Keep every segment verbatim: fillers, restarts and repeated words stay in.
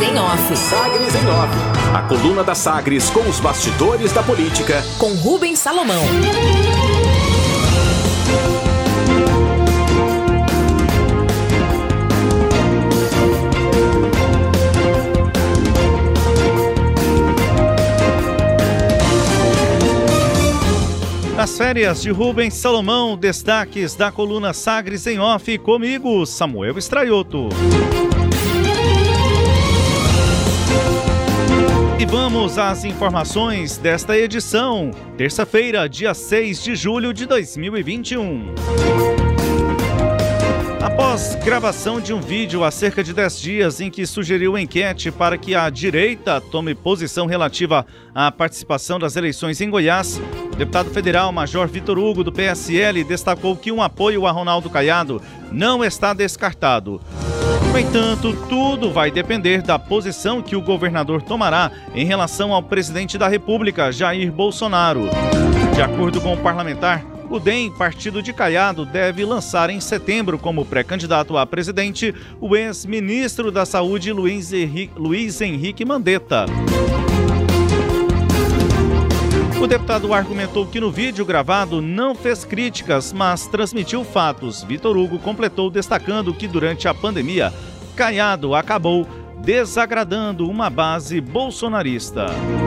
em Off. Sagres em Off. A coluna da Sagres com os bastidores da política. Com Rubens Salomão. Nas férias de Rubens Salomão, destaques da coluna Sagres em Off, comigo, Samuel Estraioto. E vamos às informações desta edição, terça-feira, dia seis de julho de dois mil e vinte e um. Após gravação de um vídeo há cerca de dez dias em que sugeriu enquete para que a direita tome posição relativa à participação das eleições em Goiás, o deputado federal Major Vitor Hugo, do P S L, destacou que um apoio a Ronaldo Caiado não está descartado. No entanto, tudo vai depender da posição que o governador tomará em relação ao presidente da República, Jair Bolsonaro. De acordo com o parlamentar, o D E M, partido de Caiado, deve lançar em setembro como pré-candidato a presidente o ex-ministro da Saúde, Luiz Henrique, Luiz Henrique Mandetta. O deputado argumentou que no vídeo gravado não fez críticas, mas transmitiu fatos. Vitor Hugo completou destacando que durante a pandemia, Caiado acabou desagradando uma base bolsonarista.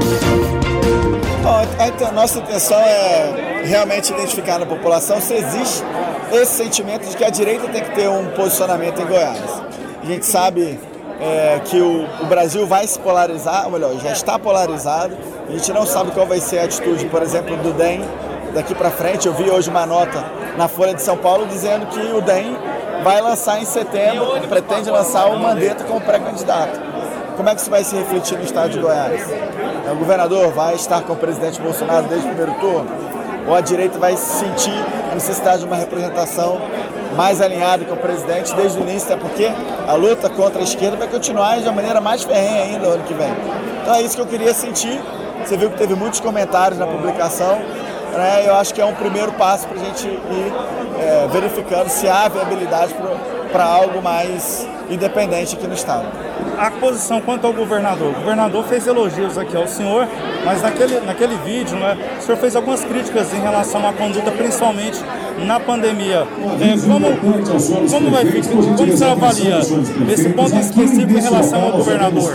Bom, a nossa intenção é realmente identificar na população se existe esse sentimento de que a direita tem que ter um posicionamento em Goiás. A gente sabe é, que o, o Brasil vai se polarizar, ou melhor, já está polarizado. A gente não sabe qual vai ser a atitude, por exemplo, do D E M daqui para frente. Eu vi hoje uma nota na Folha de São Paulo dizendo que o D E M vai lançar em setembro, pretende lançar o Mandetta como pré-candidato. Como é que isso vai se refletir no estado de Goiás? O governador vai estar com o presidente Bolsonaro desde o primeiro turno? Ou a direita vai sentir a necessidade de uma representação mais alinhada com o presidente desde o início, até porque a luta contra a esquerda vai continuar de uma maneira mais ferrenha ainda no ano que vem. Então é isso que eu queria sentir. Você viu que teve muitos comentários na publicação, né? Eu acho que é um primeiro passo para a gente ir é, verificando se há viabilidade para algo mais independente aqui no estado. A posição quanto ao governador. O governador fez elogios aqui ao senhor, mas naquele, naquele vídeo, né, o senhor fez algumas críticas em relação à conduta, principalmente na pandemia. É, como, como vai ficar? Como você avalia esse ponto específico em relação ao governador?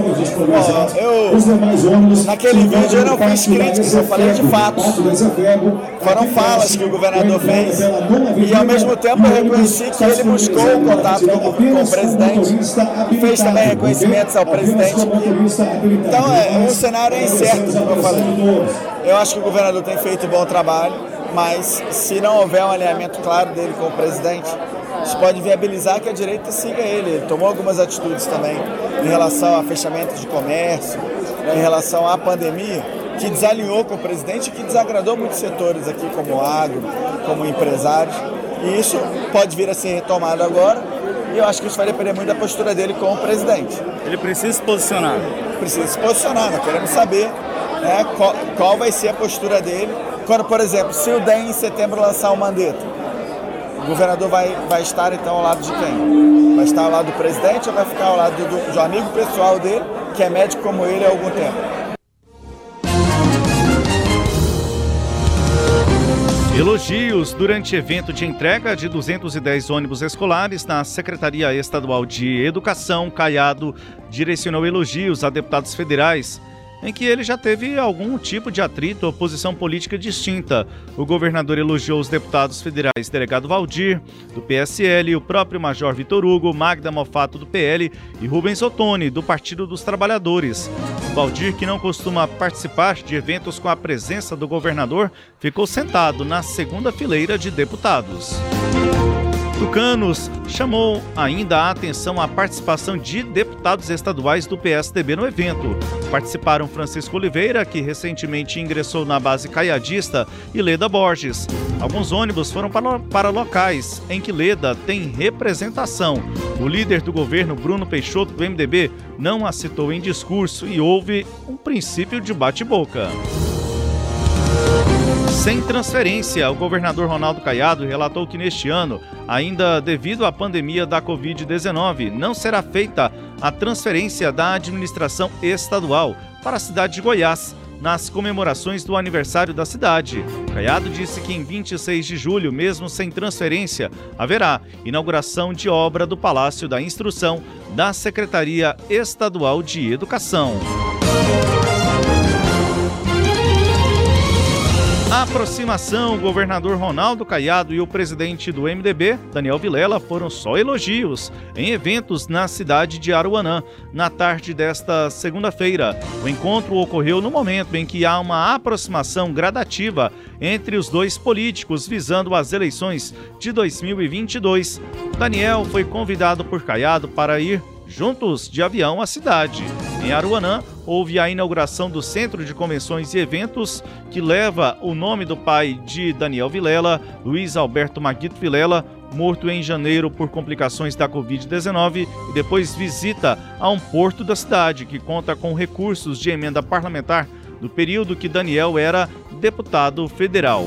Ó, eu, naquele vídeo eu não fiz críticas, eu falei de fatos. Foram falas que o governador fez e ao mesmo tempo eu reconheci que ele buscou o contato com, com o presidente e fez também reconhecimentos ao presidente. Então é um cenário incerto, como eu falei. Eu acho que o governador tem feito um bom trabalho, mas se não houver um alinhamento claro dele com o presidente, isso pode viabilizar que a direita siga ele. Ele tomou algumas atitudes também em relação a fechamento de comércio, em relação à pandemia, que desalinhou com o presidente e que desagradou muitos setores aqui, como o agro, como empresários. E isso pode vir a ser retomado agora. E eu acho que isso vai depender muito da postura dele com o presidente. Ele precisa se posicionar. Precisa se posicionar, nós queremos saber, né, qual, qual vai ser a postura dele. Quando, por exemplo, se o D E M em setembro lançar o Mandetta, o governador vai, vai estar então ao lado de quem? Vai estar ao lado do presidente ou vai ficar ao lado do, do amigo pessoal dele, que é médico como ele há algum tempo? Elogios durante evento de entrega de duzentos e dez ônibus escolares na Secretaria Estadual de Educação. Caiado direcionou elogios a deputados federais, em que ele já teve algum tipo de atrito ou posição política distinta. O governador elogiou os deputados federais Delegado Valdir, do P S L, o próprio Major Vitor Hugo, Magda Mofato, do P L, e Rubens Ottoni, do Partido dos Trabalhadores. Valdir, que não costuma participar de eventos com a presença do governador, ficou sentado na segunda fileira de deputados. Tucanos chamou ainda a atenção a participação de deputados estaduais do P S D B no evento. Participaram Francisco Oliveira, que recentemente ingressou na base caiadista, e Leda Borges. Alguns ônibus foram para, para locais em que Leda tem representação. O líder do governo, Bruno Peixoto, do M D B, não a citou em discurso e houve um princípio de bate-boca. Sem transferência, o governador Ronaldo Caiado relatou que neste ano, ainda devido à pandemia da covid dezenove, não será feita a transferência da administração estadual para a cidade de Goiás, nas comemorações do aniversário da cidade. Caiado disse que em vinte e seis de julho, mesmo sem transferência, haverá inauguração de obra do Palácio da Instrução da Secretaria Estadual de Educação. A aproximação, o governador Ronaldo Caiado e o presidente do M D B, Daniel Vilela, foram só elogios em eventos na cidade de Aruanã, na tarde desta segunda-feira. O encontro ocorreu no momento em que há uma aproximação gradativa entre os dois políticos visando as eleições de dois mil e vinte e dois. Daniel foi convidado por Caiado para ir juntos de avião à cidade. Em Aruanã, houve a inauguração do Centro de Convenções e Eventos, que leva o nome do pai de Daniel Vilela, Luiz Alberto Maguito Vilela, morto em janeiro por complicações da covid dezenove, e depois visita a um porto da cidade, que conta com recursos de emenda parlamentar do período que Daniel era deputado federal.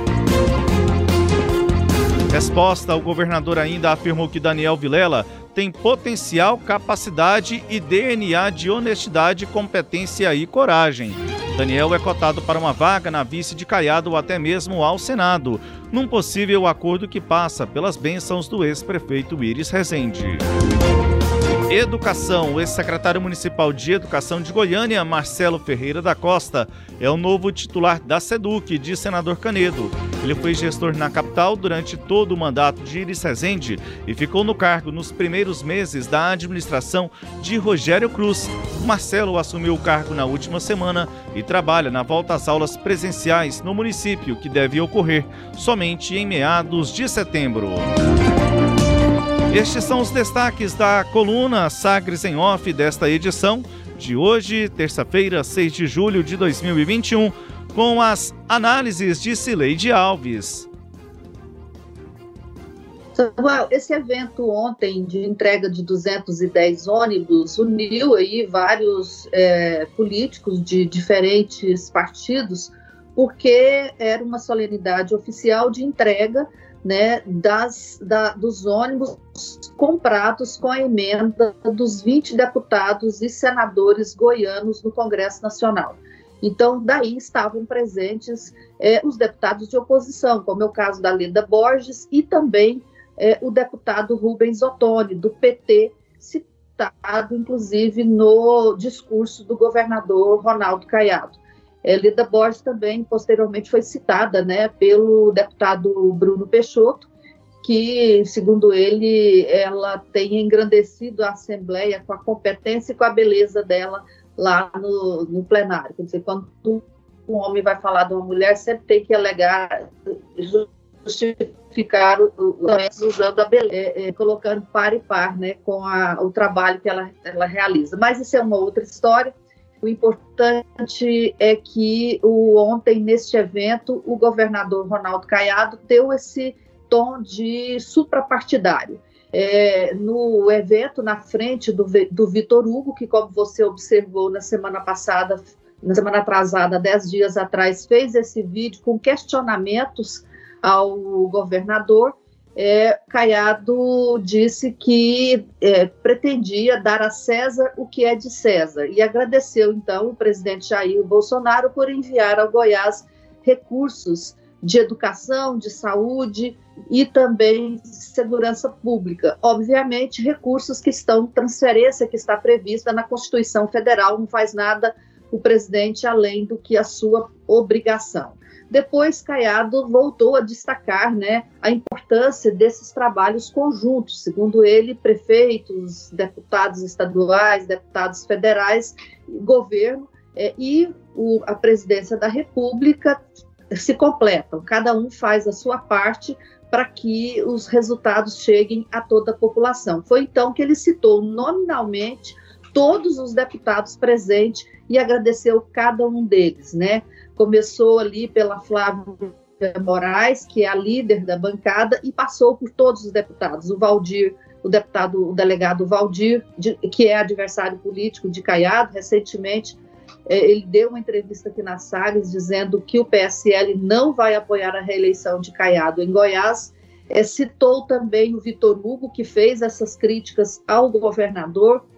Resposta, o governador ainda afirmou que Daniel Vilela tem potencial, capacidade e D N A de honestidade, competência e coragem. Daniel é cotado para uma vaga na vice de Caiado ou até mesmo ao Senado, num possível acordo que passa pelas bênçãos do ex-prefeito Iris Rezende. Educação. O ex-secretário municipal de Educação de Goiânia, Marcelo Ferreira da Costa, é o novo titular da SEDUC de Senador Canedo. Ele foi gestor na capital durante todo o mandato de Iris Rezende e ficou no cargo nos primeiros meses da administração de Rogério Cruz. Marcelo assumiu o cargo na última semana e trabalha na volta às aulas presenciais no município, que deve ocorrer somente em meados de setembro. Estes são os destaques da coluna Sagres em Off desta edição de hoje, terça-feira, seis de julho de dois mil e vinte e um, com as análises de Cileide Alves. Samuel, esse evento ontem de entrega de duzentos e dez ônibus uniu aí vários é, políticos de diferentes partidos, porque era uma solenidade oficial de entrega, né, das, da, dos ônibus comprados com a emenda dos vinte deputados e senadores goianos no Congresso Nacional. Então, daí estavam presentes é, os deputados de oposição, como é o caso da Leda Borges, e também é, o deputado Rubens Ottoni, do P T, citado, inclusive, no discurso do governador Ronaldo Caiado. É, Leda Borges também, posteriormente, foi citada, né, pelo deputado Bruno Peixoto, que, segundo ele, ela tem engrandecido a Assembleia com a competência e com a beleza dela lá no, no plenário. Quer dizer, quando um homem vai falar de uma mulher, sempre tem que alegar, justificar o, o usando a beleza, é, é, colocando par e par, né, com a, o trabalho que ela, ela realiza. Mas isso é uma outra história. O importante é que o, ontem, neste evento, o governador Ronaldo Caiado deu esse tom de suprapartidário. É, no evento, na frente do, do Vitor Hugo, que, como você observou na semana passada, na semana atrasada, dez dias atrás, fez esse vídeo com questionamentos ao governador, é, Caiado disse que é, pretendia dar a César o que é de César e agradeceu, então, o presidente Jair Bolsonaro por enviar ao Goiás recursos de educação, de saúde e também de segurança pública. Obviamente, recursos que estão, transferência que está prevista na Constituição Federal, não faz nada o presidente além do que a sua obrigação. Depois, Caiado voltou a destacar, né, a importância desses trabalhos conjuntos. Segundo ele, prefeitos, deputados estaduais, deputados federais, governo é, e o, a presidência da República se completam. Cada um faz a sua parte para que os resultados cheguem a toda a população. Foi então que ele citou nominalmente todos os deputados presentes e agradeceu cada um deles, né? Começou ali pela Flávia Moraes, que é a líder da bancada, e passou por todos os deputados. O Valdir, o deputado, o delegado Valdir, de, que é adversário político de Caiado, recentemente, é, ele deu uma entrevista aqui na Sagres dizendo que o P S L não vai apoiar a reeleição de Caiado em Goiás. É, citou também o Vitor Hugo, que fez essas críticas ao governador,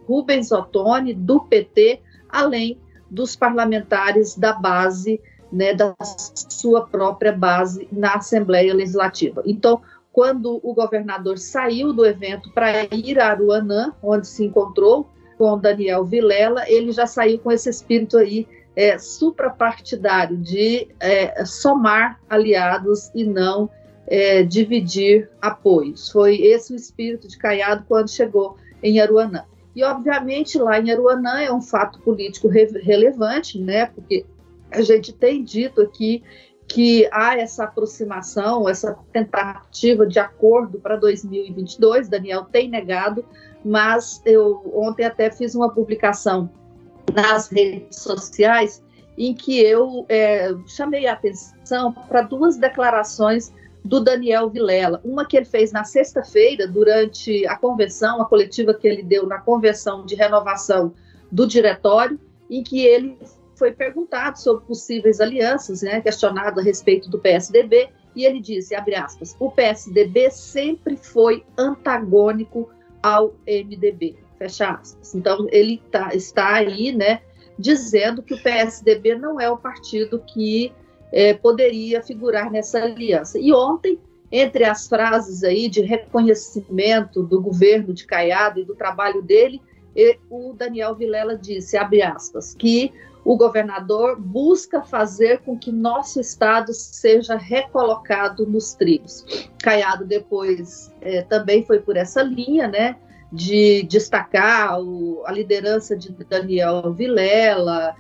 Rubens Ottoni, do P T, além dos parlamentares da base, né, da sua própria base na Assembleia Legislativa. Então, quando o governador saiu do evento para ir a Aruanã, onde se encontrou com Daniel Vilela, ele já saiu com esse espírito aí é, suprapartidário de é, somar aliados e não é, dividir apoios. Foi esse o espírito de Caiado quando chegou em Aruanã. E, obviamente, lá em Aruanã é um fato político re- relevante, né, porque a gente tem dito aqui que há essa aproximação, essa tentativa de acordo para dois mil e vinte e dois, Daniel tem negado, mas eu ontem até fiz uma publicação nas redes sociais em que eu é, chamei a atenção para duas declarações do Daniel Vilela, uma que ele fez na sexta-feira, durante a convenção, a coletiva que ele deu na convenção de renovação do diretório, em que ele foi perguntado sobre possíveis alianças, né, questionado a respeito do P S D B, e ele disse, abre aspas, o P S D B sempre foi antagônico ao M D B, fecha aspas. Então, ele tá, está aí, né, dizendo que o P S D B não é o partido que é, poderia figurar nessa aliança. E ontem, entre as frases aí de reconhecimento do governo de Caiado e do trabalho dele, e, o Daniel Vilela disse, abre aspas, que o governador busca fazer com que nosso estado seja recolocado nos trilhos. Caiado depois é, também foi por essa linha, né, de destacar o, a liderança de Daniel Vilela,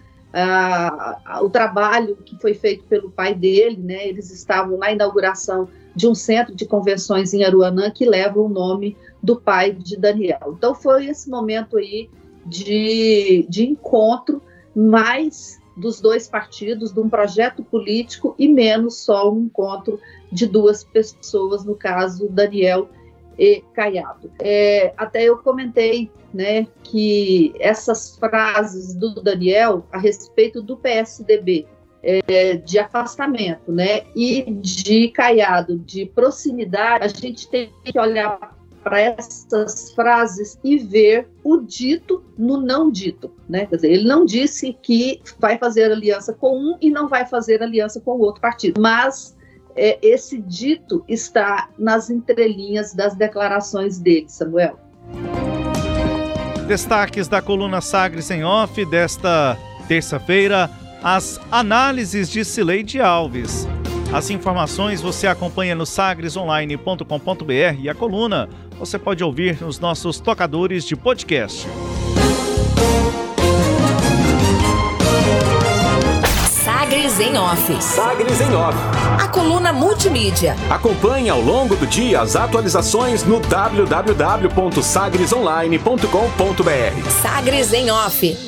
a, a, o trabalho que foi feito pelo pai dele, né, eles estavam na inauguração de um centro de convenções em Aruanã que leva o nome do pai de Daniel. Então foi esse momento aí de, de encontro, mais dos dois partidos, de um projeto político e menos só um encontro de duas pessoas, no caso Daniel e Caiado. É, até eu comentei, né, que essas frases do Daniel a respeito do P S D B, é, de afastamento, né, e de Caiado, de proximidade, a gente tem que olhar para essas frases e ver o dito no não dito, né? Quer dizer, ele não disse que vai fazer aliança com um e não vai fazer aliança com o outro partido, mas é, esse dito está nas entrelinhas das declarações dele, Samuel. Destaques da coluna Sagres em Off desta terça-feira, as análises de Cileide Alves. As informações você acompanha no sagres online ponto com ponto b r e a coluna você pode ouvir nos nossos tocadores de podcast. Sagres em Off. Sagres em Off. A coluna multimídia. Acompanhe ao longo do dia as atualizações no w w w ponto sagres online ponto com ponto b r. Sagres em Off.